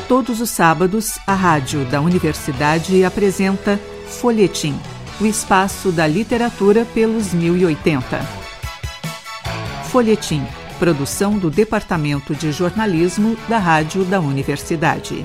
Todos os sábados, a rádio da Universidade apresenta Folhetim, o espaço da literatura pelos 1080. Folhetim, produção do Departamento de Jornalismo da Rádio da Universidade.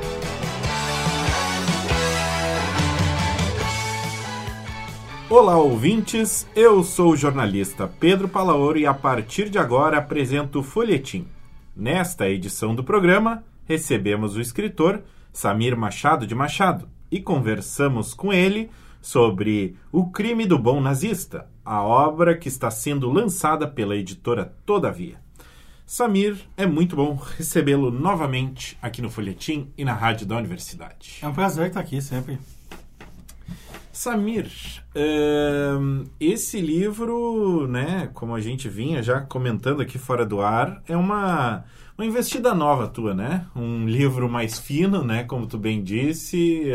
Olá, ouvintes! Eu sou o jornalista Pedro Palaoro e a partir de agora apresento o Folhetim. Nesta edição do programa, recebemos o escritor Samir Machado de Machado e conversamos com ele sobre O Crime do Bom Nazista, a obra que está sendo lançada pela editora Todavia. Samir, é muito bom recebê-lo novamente aqui no Folhetim e na rádio da Universidade. É um prazer estar aqui sempre. Samir, esse livro, né, como a gente vinha já comentando aqui fora do ar, é uma investida nova tua, né? Um livro mais fino, né, como tu bem disse,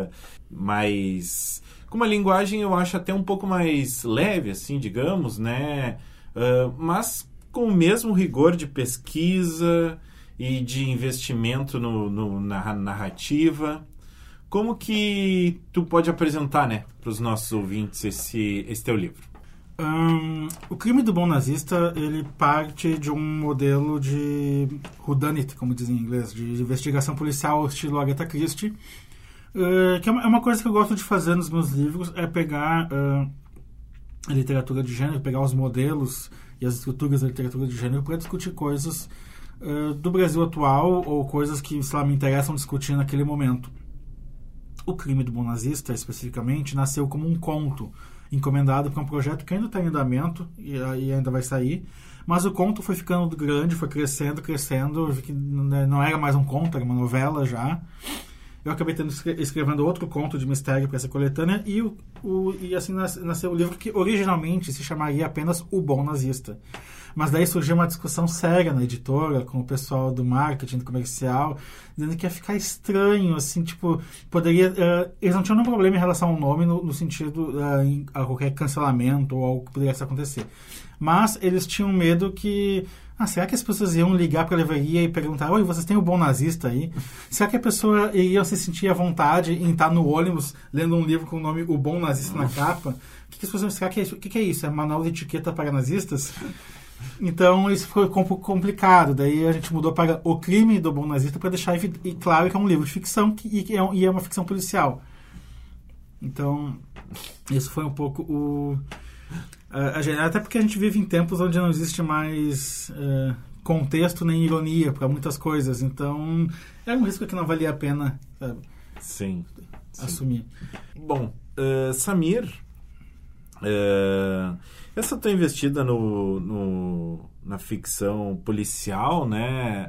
mais com uma linguagem, eu acho, até um pouco mais leve, assim, digamos, né? Mas com o mesmo rigor de pesquisa e de investimento na narrativa. Como que tu pode apresentar, né, para os nossos ouvintes esse teu livro? O Crime do Bom Nazista, ele parte de um modelo de whodunit, como dizem em inglês, de investigação policial ao estilo Agatha Christie, que é uma coisa que eu gosto de fazer nos meus livros, é pegar a literatura de gênero, pegar os modelos e as estruturas da literatura de gênero para discutir coisas do Brasil atual ou coisas que, sei lá, me interessam discutir naquele momento. O Crime do Bom Nazista, especificamente, nasceu como um conto encomendado para um projeto que ainda está em andamento e ainda vai sair, mas o conto foi ficando grande, foi crescendo, não era mais um conto, era uma novela já. Eu acabei escrevendo outro conto de mistério para essa coletânea e assim nasceu o livro que originalmente se chamaria apenas O Bom Nazista. Mas daí surgiu uma discussão séria na editora, com o pessoal do marketing, do comercial, dizendo que ia ficar estranho, assim, tipo, poderia... eles não tinham nenhum problema em relação ao nome, no sentido a qualquer cancelamento ou algo que pudesse acontecer. Mas eles tinham medo que... será que as pessoas iam ligar para a livraria e perguntar: oi, vocês têm o Bom Nazista aí? Será que a pessoa iria se sentir à vontade em estar no ônibus lendo um livro com o nome O Bom Nazista na capa? Será que é isso? O que é isso? É manual de etiqueta para nazistas? Então isso foi um pouco complicado. Daí a gente mudou para O Crime do Bom Nazista para deixar claro que é um livro de ficção e é uma ficção policial. Então, isso foi um pouco até porque a gente vive em tempos onde não existe mais contexto nem ironia para muitas coisas. Então, era um risco que não valia a pena, sabe? Sim. Assumir. Bom, Samir, essa tua investida na ficção policial, né,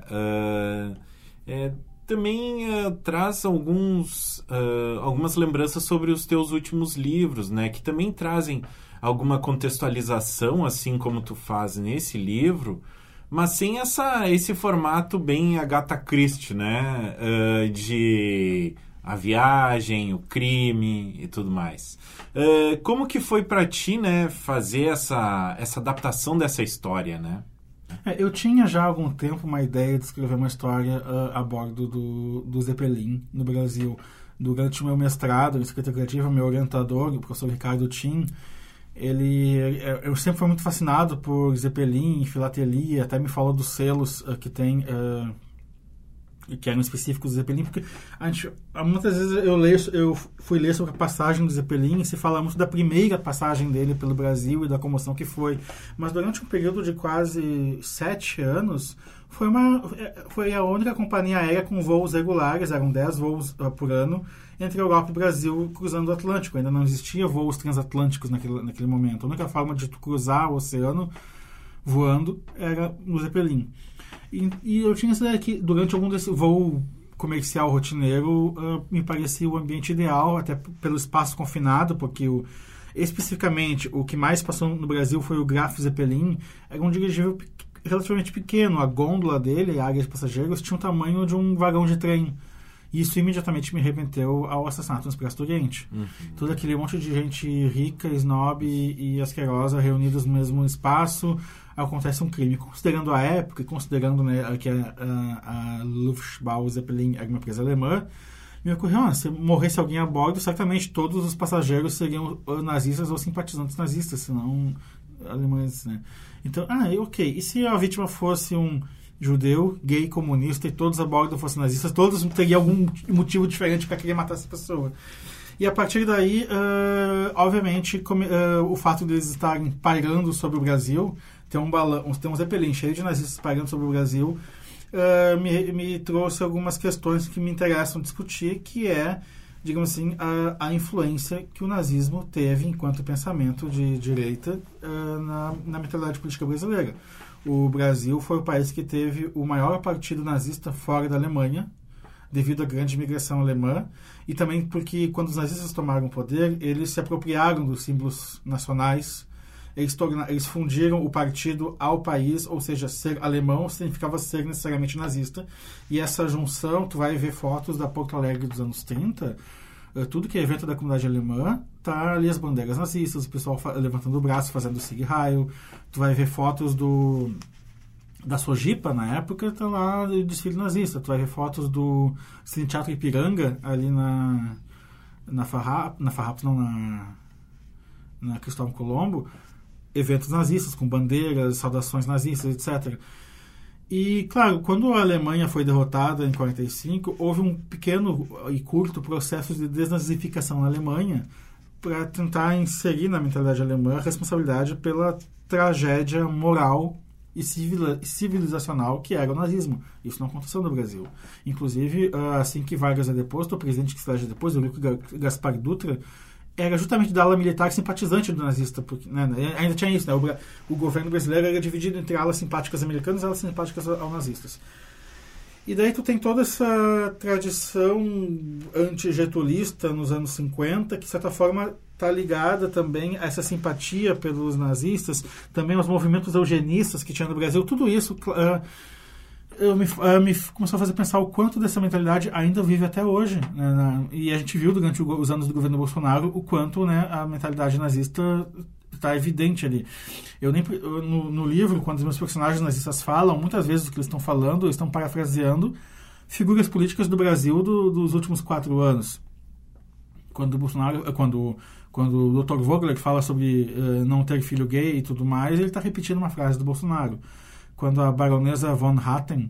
também traz algumas lembranças sobre os teus últimos livros, né, que também trazem alguma contextualização, assim como tu faz nesse livro, mas sem esse formato bem Agatha Christie, né, de a viagem, o crime e tudo mais. Como que foi para ti, né, fazer essa adaptação dessa história, né? Eu tinha já há algum tempo uma ideia de escrever uma história a bordo do Zeppelin no Brasil. Durante o meu mestrado em escrita criativa, meu orientador, o professor Ricardo Tim, eu sempre fui muito fascinado por Zeppelin, filatelia, até me falou dos selos que tem... que eram específicos do Zeppelin, porque muitas vezes eu fui ler sobre a passagem do Zeppelin e se fala muito da primeira passagem dele pelo Brasil e da comoção que foi, mas durante um período de quase 7 anos foi a única companhia aérea com voos regulares, eram 10 voos por ano entre a Europa e o Brasil cruzando o Atlântico. Ainda não existia voos transatlânticos naquele momento. A única forma de cruzar o oceano voando era no Zeppelin. E eu tinha essa ideia que durante algum desse voo comercial rotineiro me parecia o ambiente ideal, até pelo espaço confinado, porque especificamente o que mais passou no Brasil foi o Graf Zeppelin. Era um dirigível relativamente pequeno, a gôndola dele, a área de passageiros, tinha o tamanho de um vagão de trem. E isso imediatamente me remeteu ao assassinato no Expresso do Oriente. Todo aquele monte de gente rica, snob e asquerosa reunidos no mesmo espaço, acontece um crime. Considerando a época, e considerando, né, que a Luftwaffe Zeppelin era uma empresa alemã, me ocorreu, se morresse alguém a bordo, certamente todos os passageiros seriam nazistas ou simpatizantes nazistas, senão alemães, né? Então, ok. E se a vítima fosse um judeu, gay, comunista e todos a bordo fossem nazistas, todos teriam algum motivo diferente para querer matar essa pessoa. E a partir daí, obviamente, o fato de eles estarem pairando sobre o Brasil, tem um Zeppelin cheio de nazistas pairando sobre o Brasil, me trouxe algumas questões que me interessam discutir, que é, digamos assim, a influência que o nazismo teve enquanto pensamento de direita na mentalidade política brasileira. O Brasil foi o país que teve o maior partido nazista fora da Alemanha, devido à grande imigração alemã, e também porque quando os nazistas tomaram o poder, eles se apropriaram dos símbolos nacionais, eles fundiram o partido ao país, ou seja, ser alemão significava ser necessariamente nazista, e essa junção, tu vai ver fotos da Porto Alegre dos anos 30, tudo que é evento da comunidade alemã, tá ali as bandeiras nazistas, o pessoal levantando o braço, fazendo o Sieg Heil. Tu vai ver fotos da Sojipa, na época, tá lá o desfile nazista. Tu vai ver fotos do Cine Teatro Ipiranga, ali na Cristóvão Colombo, eventos nazistas, com bandeiras, saudações nazistas, etc. E, claro, quando a Alemanha foi derrotada em 1945, houve um pequeno e curto processo de desnazificação na Alemanha para tentar inserir na mentalidade alemã a responsabilidade pela tragédia moral e civilizacional que era o nazismo. Isso não aconteceu no Brasil. Inclusive, assim que Vargas é deposto, o presidente que se elege depois, o Gaspar Dutra, era justamente da ala militar simpatizante do nazista, porque, né, ainda tinha isso, né? O governo brasileiro era dividido entre alas simpáticas americanas e alas simpáticas aos nazistas. E daí tu tem toda essa tradição anti-getulista nos anos 50, que de certa forma está ligada também a essa simpatia pelos nazistas, também aos movimentos eugenistas que tinha no Brasil. Tudo isso me começou a fazer pensar o quanto dessa mentalidade ainda vive até hoje, né? E a gente viu durante os anos do governo Bolsonaro o quanto, né, a mentalidade nazista está evidente ali. No livro, quando os meus personagens nazistas falam, muitas vezes o que eles estão falando, eles estão parafraseando figuras políticas do Brasil dos últimos 4 anos. Quando o Dr. Vogler fala sobre não ter filho gay e tudo mais, ele está repetindo uma frase do Bolsonaro. Quando a baronesa von Hatten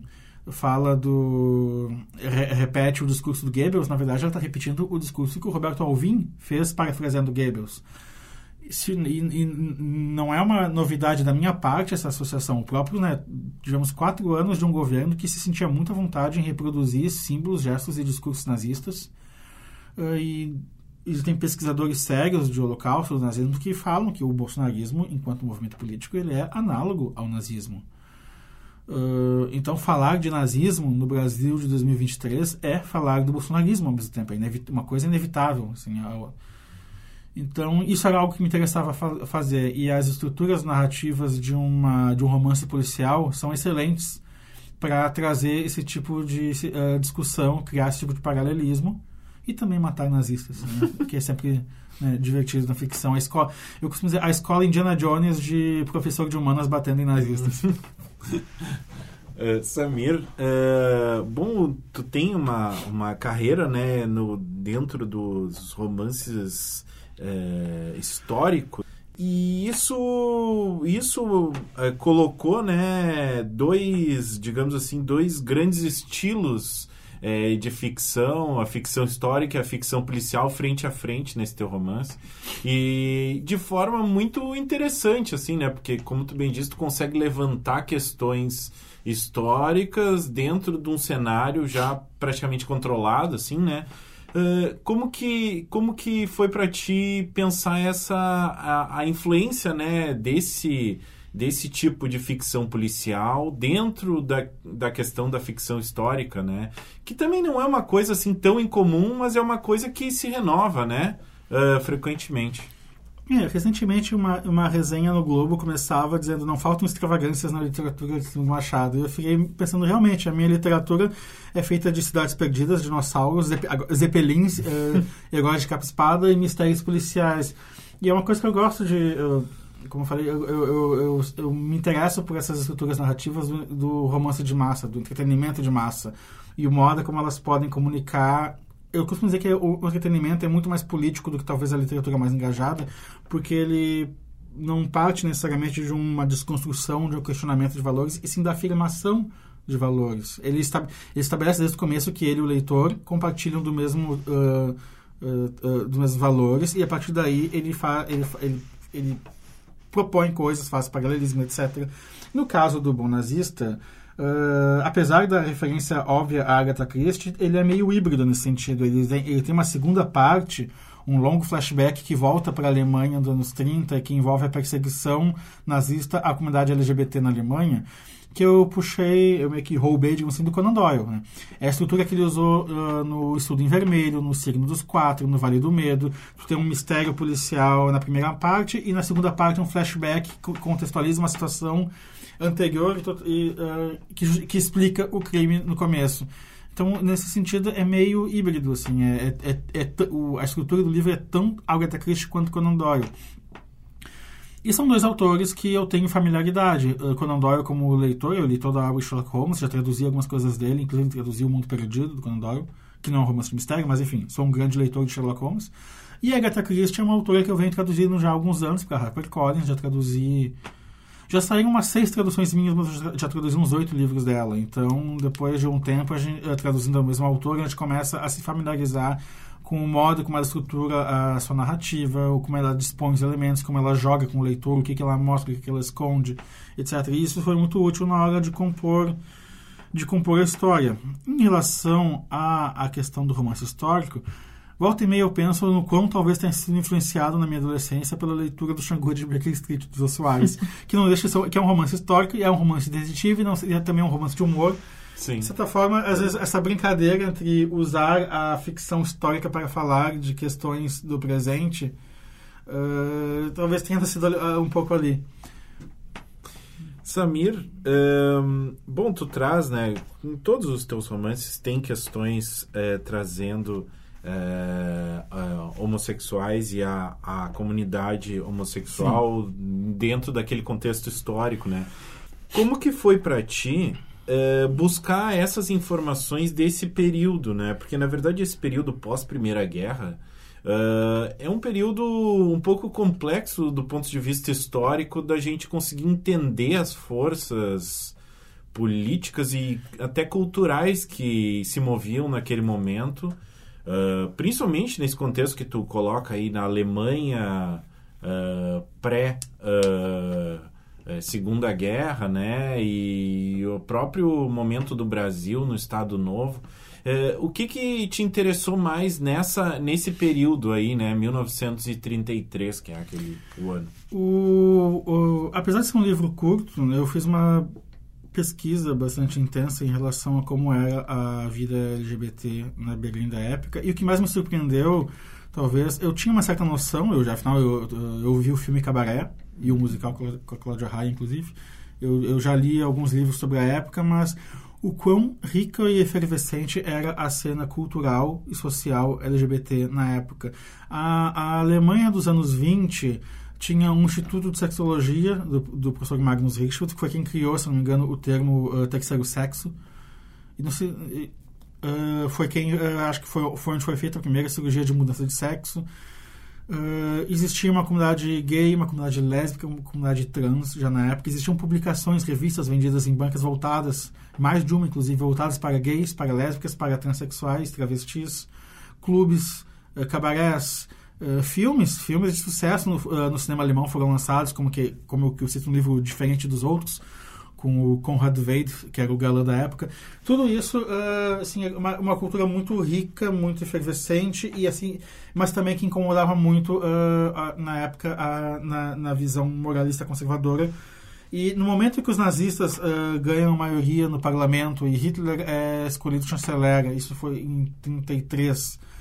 repete o discurso do Goebbels, na verdade ela está repetindo o discurso que o Roberto Alvim fez parafraseando Goebbels. E não é uma novidade da minha parte essa associação. O próprio, né, tivemos 4 anos de um governo que se sentia muito à vontade em reproduzir símbolos, gestos e discursos nazistas. E existem pesquisadores sérios de holocausto, do nazismo, que falam que o bolsonarismo, enquanto movimento político, ele é análogo ao nazismo. Então, falar de nazismo no Brasil de 2023 é falar do bolsonarismo ao mesmo tempo. É uma coisa inevitável. Assim, então, isso era algo que me interessava fazer. E as estruturas narrativas de um romance policial são excelentes para trazer esse tipo de discussão, criar esse tipo de paralelismo e também matar nazistas, né? Que é sempre, né, divertido na ficção. Eu costumo dizer a escola Indiana Jones de professor de humanas batendo em nazistas. Samir, bom, tu tem uma carreira, né, dentro dos romances históricos, e isso colocou, né, dois grandes estilos de ficção, a ficção histórica e a ficção policial frente a frente nesse teu romance, e de forma muito interessante, assim, né, porque, como tu bem disse, tu consegue levantar questões históricas dentro de um cenário já praticamente controlado, assim, né. Como que foi para ti pensar a influência, né, desse tipo de ficção policial dentro da questão da ficção histórica, né? Que também não é uma coisa assim tão incomum, mas é uma coisa que se renova, né? Frequentemente. Recentemente uma resenha no Globo começava dizendo não faltam extravagâncias na literatura de Machado. E eu fiquei pensando, realmente, a minha literatura é feita de cidades perdidas, dinossauros, zeppelins, heróis de capa-espada e mistérios policiais. E é uma coisa que eu gosto de... como eu falei, eu me interesso por essas estruturas narrativas do romance de massa, do entretenimento de massa. E o modo como elas podem comunicar... Eu costumo dizer que o entretenimento é muito mais político do que talvez a literatura mais engajada, porque ele não parte necessariamente de uma desconstrução, de um questionamento de valores, e sim da afirmação de valores. Ele estabelece desde o começo que ele e o leitor compartilham dos mesmos valores, e a partir daí ele propõe coisas, faz paralelismo, etc. No caso do Bom Nazista... apesar da referência óbvia a Agatha Christie, ele é meio híbrido nesse sentido. Ele tem uma segunda parte, um longo flashback que volta para a Alemanha dos anos 30, que envolve a perseguição nazista à comunidade LGBT na Alemanha, que eu meio que roubei, digamos assim, do Conan Doyle. Né? É a estrutura que ele usou no Estudo em Vermelho, no Signo dos Quatro, no Vale do Medo. Tem um mistério policial na primeira parte e na segunda parte um flashback que contextualiza uma situação anterior que explica o crime no começo. Então, nesse sentido, é meio híbrido, assim. A estrutura do livro é tão Agatha Christie quanto Conan Doyle. E são dois autores que eu tenho familiaridade. Conan Doyle, como leitor, eu li toda a obra de Sherlock Holmes, já traduzi algumas coisas dele, inclusive traduzi O Mundo Perdido, do Conan Doyle, que não é um romance de mistério, mas, enfim, sou um grande leitor de Sherlock Holmes. E a Agatha Christie é uma autora que eu venho traduzindo já há alguns anos para HarperCollins, já saíram umas 6 traduções minhas, mas eu já traduzi uns 8 livros dela. Então, depois de um tempo, traduzindo a mesma autora, a gente começa a se familiarizar com o modo como ela estrutura a sua narrativa, como ela dispõe os elementos, como ela joga com o leitor, o que ela mostra, o que ela esconde, etc. E isso foi muito útil na hora de compor a história. Em relação à questão do romance histórico, volta e meia eu penso no quão talvez tenha sido influenciado na minha adolescência pela leitura do Xangô de Baker Street, dos Jô Soares, que não deixa que é um romance histórico e é um romance detetive e é também um romance de humor. Sim. De certa forma, às vezes, essa brincadeira entre usar a ficção histórica para falar de questões do presente talvez tenha sido um pouco ali. Samir, bom, tu traz, né, em todos os teus romances tem questões trazendo homossexuais e a comunidade homossexual dentro daquele contexto histórico, né? Como que foi para ti buscar essas informações desse período, né? Porque, na verdade, esse período pós-Primeira Guerra é um período um pouco complexo do ponto de vista histórico da gente conseguir entender as forças políticas e até culturais que se moviam naquele momento, principalmente nesse contexto que tu coloca aí na Alemanha Segunda Guerra, né? E o próprio momento do Brasil no Estado Novo. O que te interessou mais nesse período aí, né? 1933, que é o ano. Apesar de ser um livro curto, né, eu fiz uma pesquisa bastante intensa em relação a como era a vida LGBT na Berlim da época. E o que mais me surpreendeu, talvez, eu tinha uma certa noção, afinal eu vi o filme Cabaré e o musical com a Cláudia Raia, inclusive. Eu já li alguns livros sobre a época, mas o quão rica e efervescente era a cena cultural e social LGBT na época. A Alemanha dos anos 20 tinha um instituto de sexologia do professor Magnus Richard, que foi quem criou, se não me engano, o termo terceiro sexo. E não sei, foi quem, acho que foi onde foi feita a primeira cirurgia de mudança de sexo. Existia uma comunidade gay, uma comunidade lésbica, uma comunidade trans já na época. Existiam publicações, revistas vendidas em bancas voltadas, mais de uma inclusive, voltadas para gays, para lésbicas, para transexuais, travestis, clubes, cabarés, filmes de sucesso no cinema alemão foram lançados, como eu cito um livro diferente dos outros, com o Konrad Veidt, que era o galã da época. Tudo isso, assim, uma cultura muito rica, muito efervescente, e assim, mas também que incomodava muito na época na visão moralista conservadora. E no momento em que os nazistas ganham maioria no parlamento e Hitler é escolhido chanceler, isso foi em 1933,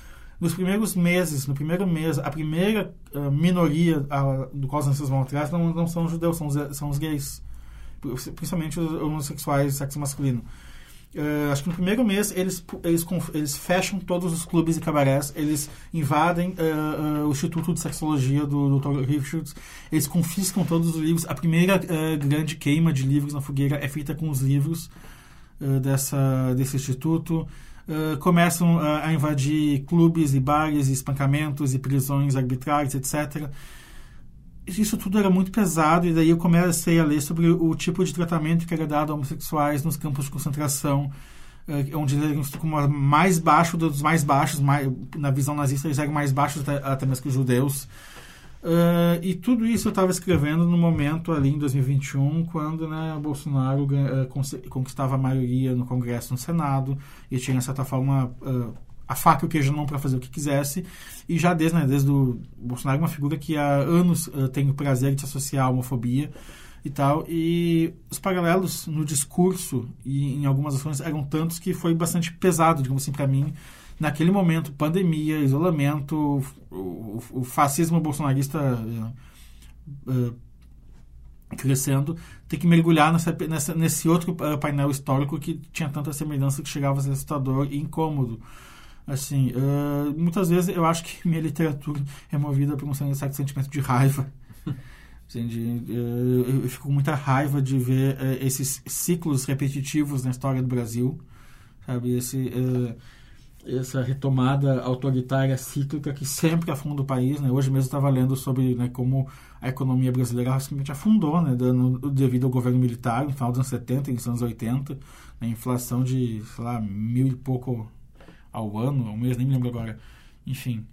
nos primeiros meses, no primeiro mês, a primeira minoria do qual os nazistas vão atrás não são os judeus, são os gays. Principalmente os homossexuais de sexo masculino. Acho que no primeiro mês eles fecham todos os clubes e cabarés, eles invadem o Instituto de Sexologia do Dr. Richards, eles confiscam todos os livros. A primeira grande queima de livros na fogueira é feita com os livros desse instituto. Começam a invadir clubes e bares, e espancamentos e prisões arbitrárias, etc. Isso tudo era muito pesado, e daí eu comecei a ler sobre o tipo de tratamento que era dado a homossexuais nos campos de concentração, onde eles eram como mais baixo dos mais baixos, na visão nazista eles eram mais baixos até mesmo que os judeus. E tudo isso eu estava escrevendo no momento ali em 2021, quando, né, Bolsonaro conquistava a maioria no Congresso, no Senado, e tinha, de certa forma, a faca e o queijo na mão para fazer o que quisesse. E já desde o Bolsonaro é uma figura que há anos tem o prazer de se associar à homofobia e tal, e os paralelos no discurso e em algumas ações eram tantos que foi bastante pesado, digamos assim, para mim, naquele momento, pandemia, isolamento, o fascismo bolsonarista crescendo, ter que mergulhar nesse outro painel histórico que tinha tanta semelhança que chegava a ser assustador e incômodo. Assim, muitas vezes eu acho que minha literatura é movida por um certo sentimento de raiva. Assim, eu fico com muita raiva de ver esses ciclos repetitivos na história do Brasil, sabe? Essa retomada autoritária cíclica que sempre afunda o país, né? Hoje mesmo eu estava lendo sobre, né, como a economia brasileira simplesmente afundou, né, devido ao governo militar no final dos anos 70 e nos anos 80, a inflação de, sei lá, 1.000 e pouco ao ano, ao mês, nem me lembro agora. Enfim.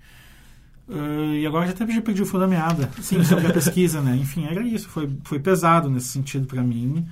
E agora já perdi o fio da meada. Sim, sobre a pesquisa, né? Enfim, era isso. Foi pesado nesse sentido para mim.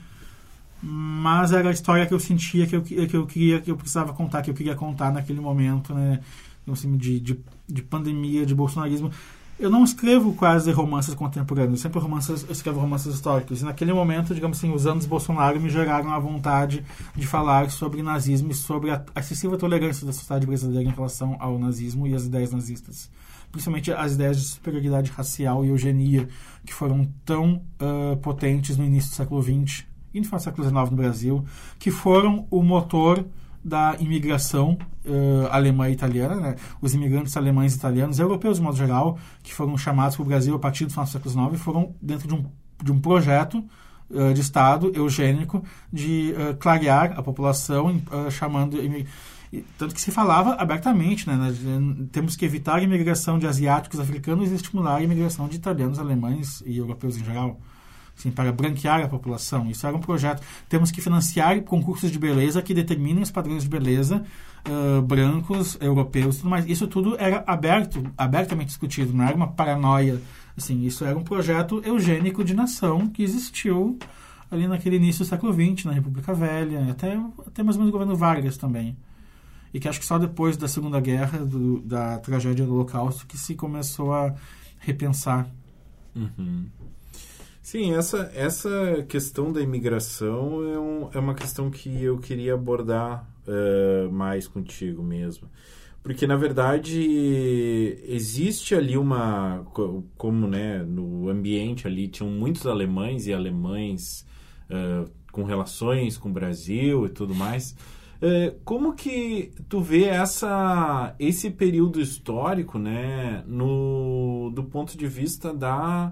Mas era a história que eu sentia que eu precisava contar, que eu queria contar naquele momento, né? Assim, de pandemia, de bolsonarismo. Eu não escrevo quase romances contemporâneos, eu escrevo romances históricos. E naquele momento, digamos assim, os anos Bolsonaro me geraram a vontade de falar sobre nazismo e sobre a excessiva tolerância da sociedade brasileira em relação ao nazismo e às ideias nazistas. Principalmente as ideias de superioridade racial e eugenia, que foram tão potentes no início do século XX e no final do século XIX no Brasil, que foram o motor da imigração alemã e italiana, né? Os imigrantes alemães e italianos, europeus de modo geral, que foram chamados para o Brasil a partir do final do século XIX, foram dentro de um projeto de Estado eugênico de clarear a população, chamando... Tanto que se falava abertamente, né? Temos que evitar a imigração de asiáticos, africanos e estimular a imigração de italianos, alemães e europeus em geral. Assim, para branquear a população. Isso era um projeto. Temos que financiar concursos de beleza que determinem os padrões de beleza brancos, europeus e tudo mais. Isso tudo era abertamente discutido, não era uma paranoia. Assim, isso era um projeto eugênico de nação que existiu ali naquele início do século XX, na República Velha, até mais ou menos o governo Vargas também. E que acho que só depois da Segunda Guerra, da tragédia do Holocausto, que se começou a repensar. Uhum. Sim, essa questão da imigração é uma questão que eu queria abordar mais contigo mesmo. Porque, na verdade, existe ali como, né, no ambiente ali tinham muitos alemães e alemães com relações com o Brasil e tudo mais. Como que tu vê esse período histórico, né, do ponto de vista da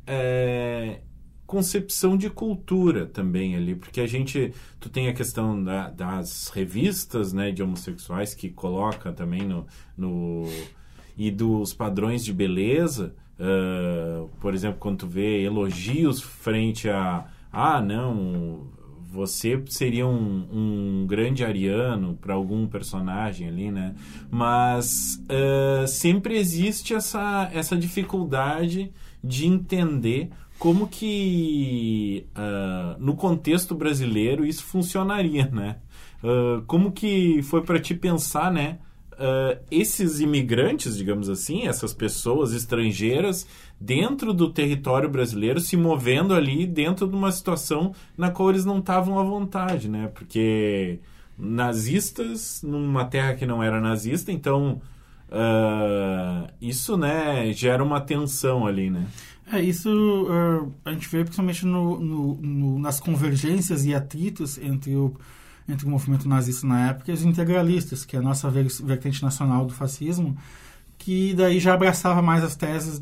concepção de cultura também ali, porque tu tem a questão das revistas, né, de homossexuais que coloca também e dos padrões de beleza, por exemplo, quando tu vê elogios frente não, você seria um grande ariano para algum personagem ali, né? Mas sempre existe essa dificuldade de entender como que no contexto brasileiro isso funcionaria, né? Como que foi para ti pensar, né? Esses imigrantes, digamos assim, essas pessoas estrangeiras dentro do território brasileiro se movendo ali dentro de uma situação na qual eles não estavam à vontade, né? Porque nazistas numa terra que não era nazista, então isso, né, gera uma tensão ali, né? Isso a gente vê principalmente nas convergências e atritos entre o movimento nazista na época e os integralistas, que é a nossa vertente nacional do fascismo, que daí já abraçava mais as teses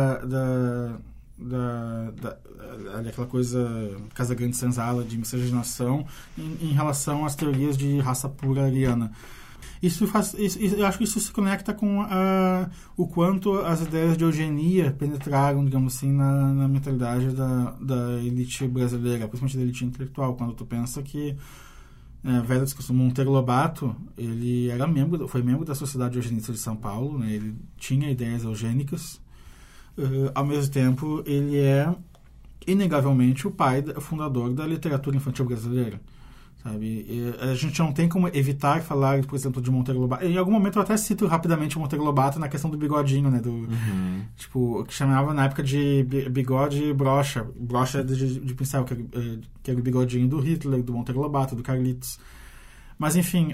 daquela coisa Casa Grande Senzala de miscigenação em relação às teorias de raça pura ariana. Eu acho que isso se conecta com o quanto as ideias de eugenia penetraram, digamos assim, na mentalidade da elite brasileira, principalmente da elite intelectual, quando tu pensa que velha discussão, Monteiro Lobato, ele foi membro da Sociedade Eugenista de São Paulo, né? Ele tinha ideias eugênicas, ao mesmo tempo ele é inegavelmente o fundador da literatura infantil brasileira. Sabe? A gente não tem como evitar falar, por exemplo, de Monteiro Lobato. Em algum momento eu até cito rapidamente o Monteiro Lobato na questão do bigodinho, né? Tipo, que chamava na época de bigode brocha de pincel, que era o bigodinho do Hitler, do Monteiro Lobato, do Carlitos. Mas, enfim,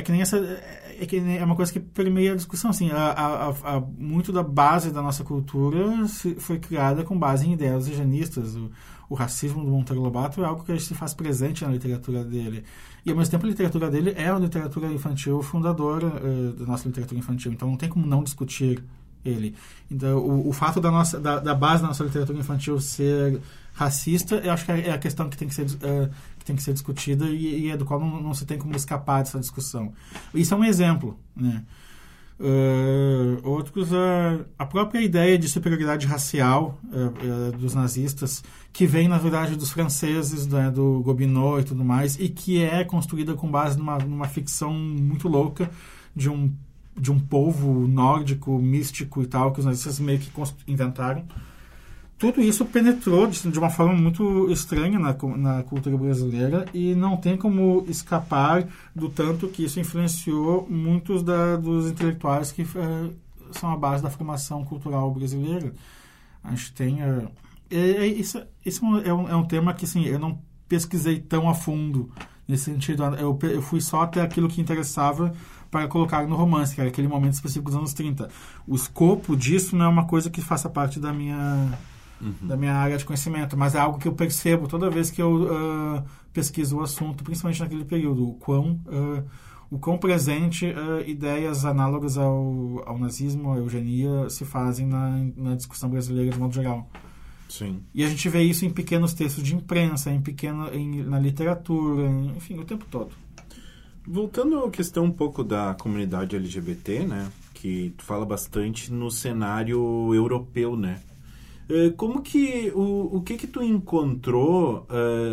é uma coisa que permeia a discussão. Assim, muito da base da nossa cultura foi criada com base em ideias eugenistas. O racismo do Monteiro Lobato é algo que se faz presente na literatura dele. E, ao mesmo tempo, a literatura dele é a literatura infantil fundadora da nossa literatura infantil. Então, não tem como não discutir ele. Então, o fato da base da nossa literatura infantil ser racista, eu acho que é a questão que tem que ser discutida e é do qual não se tem como escapar dessa discussão. Isso é um exemplo, né? Outros, a própria ideia de superioridade racial dos nazistas, que vem, na verdade, dos franceses, né, do Gobineau e tudo mais, e que é construída com base numa ficção muito louca de um povo nórdico, místico e tal, que os nazistas meio que inventaram. Tudo isso penetrou de uma forma muito estranha na cultura brasileira e não tem como escapar do tanto que isso influenciou muitos dos intelectuais que são a base da formação cultural brasileira. A gente tem... Isso é um tema que, assim, eu não pesquisei tão a fundo nesse sentido. Eu fui só até aquilo que interessava para colocar no romance, que era aquele momento específico dos anos 30. O escopo disso não é uma coisa que faça parte da minha área de conhecimento, mas é algo que eu percebo toda vez que eu pesquiso o assunto, principalmente naquele período, o quão presente ideias análogas ao nazismo, à eugenia, se fazem na discussão brasileira de modo geral. Sim. E a gente vê isso em pequenos textos de imprensa, na literatura, enfim, o tempo todo. Voltando à questão um pouco da comunidade LGBT, né, que tu fala bastante no cenário europeu, né? Como que o que tu encontrou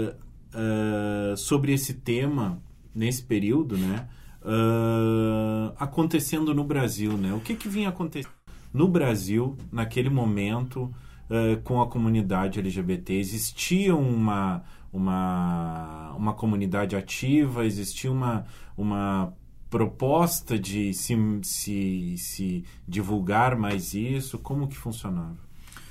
sobre esse tema nesse período, né, acontecendo no Brasil, né? O que vinha acontecendo no Brasil naquele momento com a comunidade LGBT? Existia uma comunidade ativa? Existia uma proposta de se divulgar mais isso? Como que funcionava?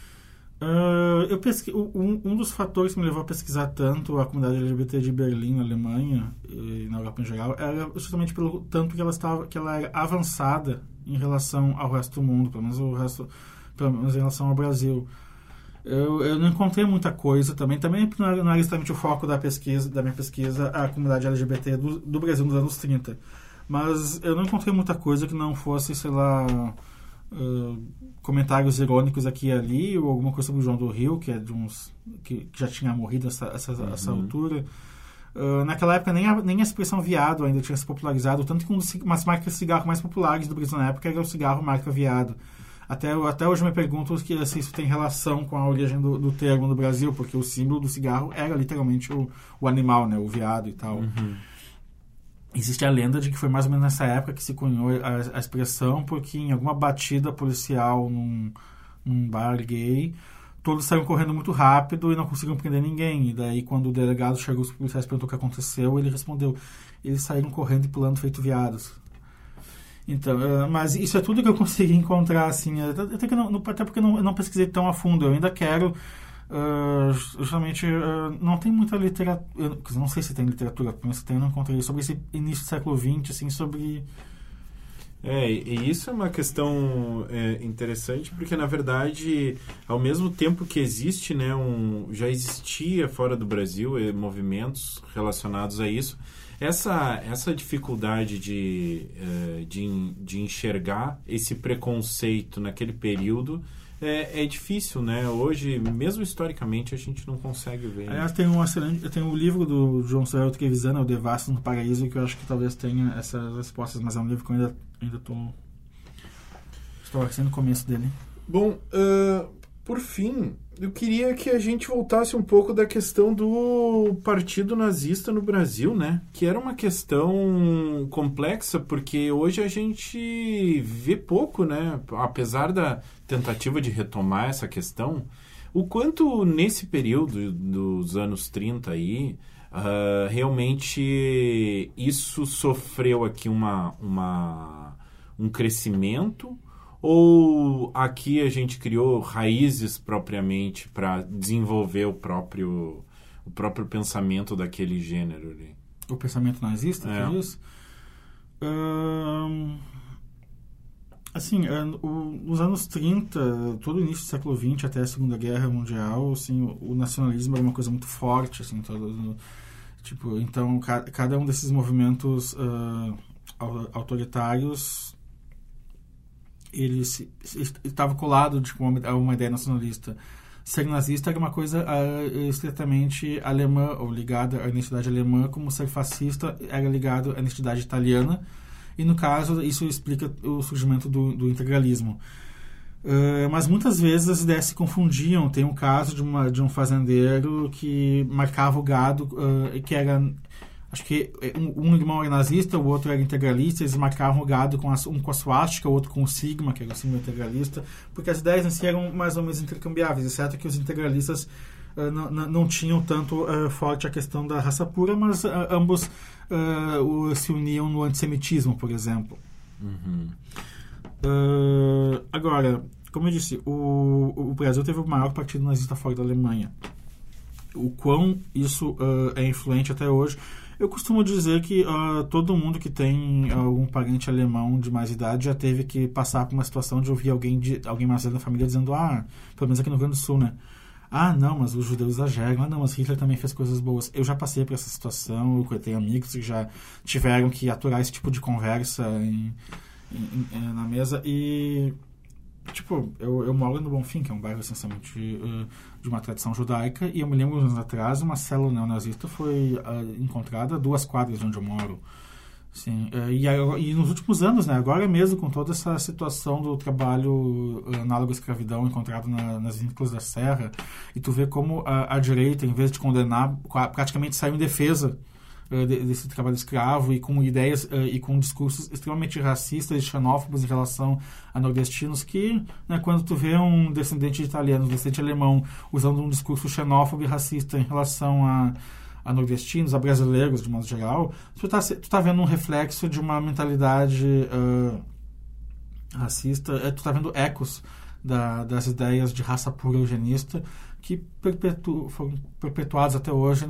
Um dos fatores que me levou a pesquisar tanto a comunidade LGBT de Berlim, na Alemanha e na Europa em geral, era justamente pelo tanto que ela era avançada em relação ao resto do mundo, pelo menos em relação ao Brasil. Eu não encontrei muita coisa também não era exatamente o foco da minha pesquisa, a comunidade LGBT do Brasil nos anos 30. Mas eu não encontrei muita coisa que não fosse, sei lá, comentários irônicos aqui e ali, ou alguma coisa sobre o João do Rio, que é que já tinha morrido essa altura. Naquela época nem a expressão viado ainda tinha se popularizado, tanto que umas marcas de cigarro mais populares do Brasil na época era o cigarro marca viado. Até hoje eu me pergunto se isso tem relação com a origem do termo no Brasil, porque o símbolo do cigarro era literalmente o animal, né, o viado e tal. Existe a lenda de que foi mais ou menos nessa época que se cunhou a expressão, porque em alguma batida policial num bar gay, todos saíram correndo muito rápido e não conseguiram prender ninguém. E daí, quando o delegado chegou, os policiais perguntou o que aconteceu, ele respondeu: eles saíram correndo e pulando feito viados. Então, mas isso é tudo que eu consegui encontrar, assim, até porque eu não pesquisei tão a fundo. Eu ainda quero... justamente não tem muita literatura, não sei se tem literatura, mas eu não encontrei sobre esse início do século XX, assim, sobre E isso é uma questão interessante, porque, na verdade, ao mesmo tempo que existe, né, já existia fora do Brasil movimentos relacionados a isso, essa dificuldade de enxergar esse preconceito naquele período é difícil, né? Hoje, mesmo historicamente, a gente não consegue ver. Aliás, tem um livro do João Samuel Trevisan, O Devasso no Paraíso, que eu acho que talvez tenha essas respostas, mas é um livro que eu ainda estou aqui no começo dele. Bom, por fim, eu queria que a gente voltasse um pouco da questão do Partido Nazista no Brasil, né? Que era uma questão complexa, porque hoje a gente vê pouco, né? Apesar da tentativa de retomar essa questão, o quanto nesse período dos anos 30 aí, realmente isso sofreu aqui um crescimento, ou aqui a gente criou raízes propriamente para desenvolver o próprio pensamento daquele gênero ali? O pensamento nazista, que diz? Assim, nos anos 30, todo o início do século XX até a Segunda Guerra Mundial, assim, o nacionalismo era uma coisa muito forte, assim, então cada um desses movimentos autoritários, ele estava colado a uma ideia nacionalista. Ser nazista era uma coisa estritamente alemã, ou ligada à identidade alemã, como ser fascista era ligado à identidade italiana, e no caso isso explica o surgimento do integralismo. Mas muitas vezes as ideias se confundiam. Tem um caso de um fazendeiro que marcava o gado, que era... Acho que um irmão era nazista, o outro era integralista, eles marcavam o gado um com a suástica, o outro com o sigma, que era o símbolo integralista, porque as ideias em si eram mais ou menos intercambiáveis, exceto que os integralistas não tinham tanto forte a questão da raça pura, mas ambos se uniam no antissemitismo, por exemplo. Uhum. Agora, como eu disse, o Brasil teve o maior partido nazista fora da Alemanha. O quão isso é influente até hoje... Eu costumo dizer que todo mundo que tem algum parente alemão de mais idade já teve que passar por uma situação de ouvir alguém mais velho da família dizendo, pelo menos aqui no Rio Grande do Sul, né? Não, mas os judeus exageram. Não, mas Hitler também fez coisas boas. Eu já passei por essa situação, eu tenho amigos que já tiveram que aturar esse tipo de conversa na mesa e... eu moro no Bonfim, que é um bairro essencialmente de uma tradição judaica, e eu me lembro, uns anos atrás, uma célula neonazista foi encontrada a 2 quadras de onde eu moro. Sim, e nos últimos anos, né, agora mesmo, com toda essa situação do trabalho análogo à escravidão encontrado nas vinícolas da Serra, e tu vê como a direita, em vez de condenar, praticamente saiu em defesa desse trabalho escravo e com ideias e com discursos extremamente racistas e xenófobos em relação a nordestinos que, né, quando tu vê um descendente de italiano, um descendente alemão usando um discurso xenófobo e racista em relação a nordestinos, a brasileiros de modo geral, tu tá vendo um reflexo de uma mentalidade racista, tu tá vendo ecos das ideias de raça pura eugenista que foram perpetuadas até hoje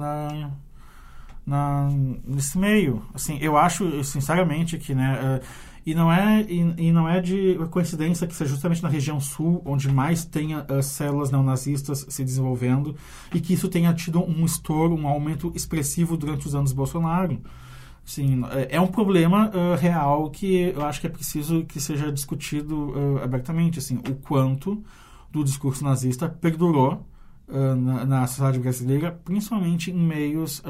nesse meio. Assim, eu acho sinceramente que, né, e não é de coincidência que seja justamente na região sul onde mais tenha células neonazistas se desenvolvendo e que isso tenha tido um estouro, um aumento expressivo durante os anos Bolsonaro. Assim, é um problema real que eu acho que é preciso que seja discutido abertamente, assim, o quanto do discurso nazista perdurou na sociedade brasileira, principalmente em meios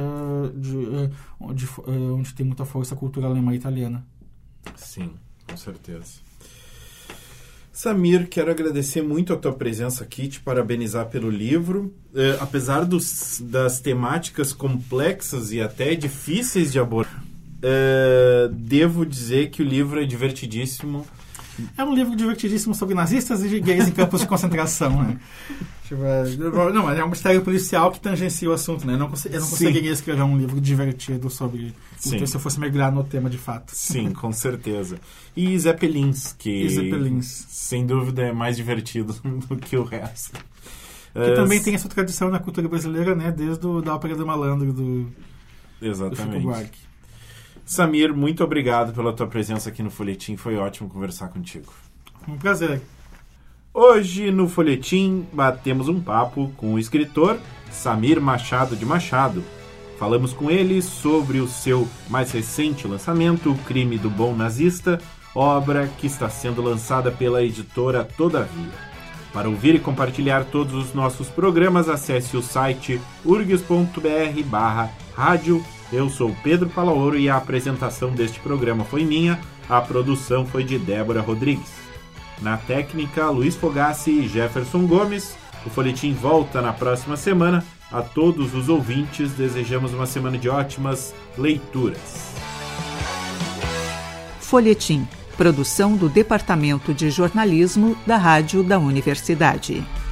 onde tem muita força cultural alemã e italiana. Sim, com certeza. Samir, quero agradecer muito a tua presença aqui, te parabenizar pelo livro. Apesar das temáticas complexas e até difíceis de abordar, devo dizer que o livro é divertidíssimo. É um livro divertidíssimo sobre nazistas e gays em campos de concentração, né? Não, mas é um mistério policial que tangencia o assunto, né? Eu não conseguiria escrever um livro divertido sobre se eu fosse mergulhar no tema de fato. Sim, com certeza. E Zeppelins, que sem dúvida é mais divertido do que o resto. Que também tem essa tradição na cultura brasileira, né? Desde da Ópera do Malandro, do Exatamente. Chico Buarque. Samir, muito obrigado pela tua presença aqui no Folhetim. Foi ótimo conversar contigo. Um prazer. Hoje, no Folhetim, batemos um papo com o escritor Samir Machado de Machado. Falamos com ele sobre o seu mais recente lançamento, O Crime do Bom Nazista, obra que está sendo lançada pela editora Todavia. Para ouvir e compartilhar todos os nossos programas, acesse o site urgs.br/rádio. Eu sou Pedro Palaoro e a apresentação deste programa foi minha, a produção foi de Débora Rodrigues. Na técnica, Luiz Fogassi e Jefferson Gomes. O Folhetim volta na próxima semana. A todos os ouvintes, desejamos uma semana de ótimas leituras. Folhetim, produção do Departamento de Jornalismo da Rádio da Universidade.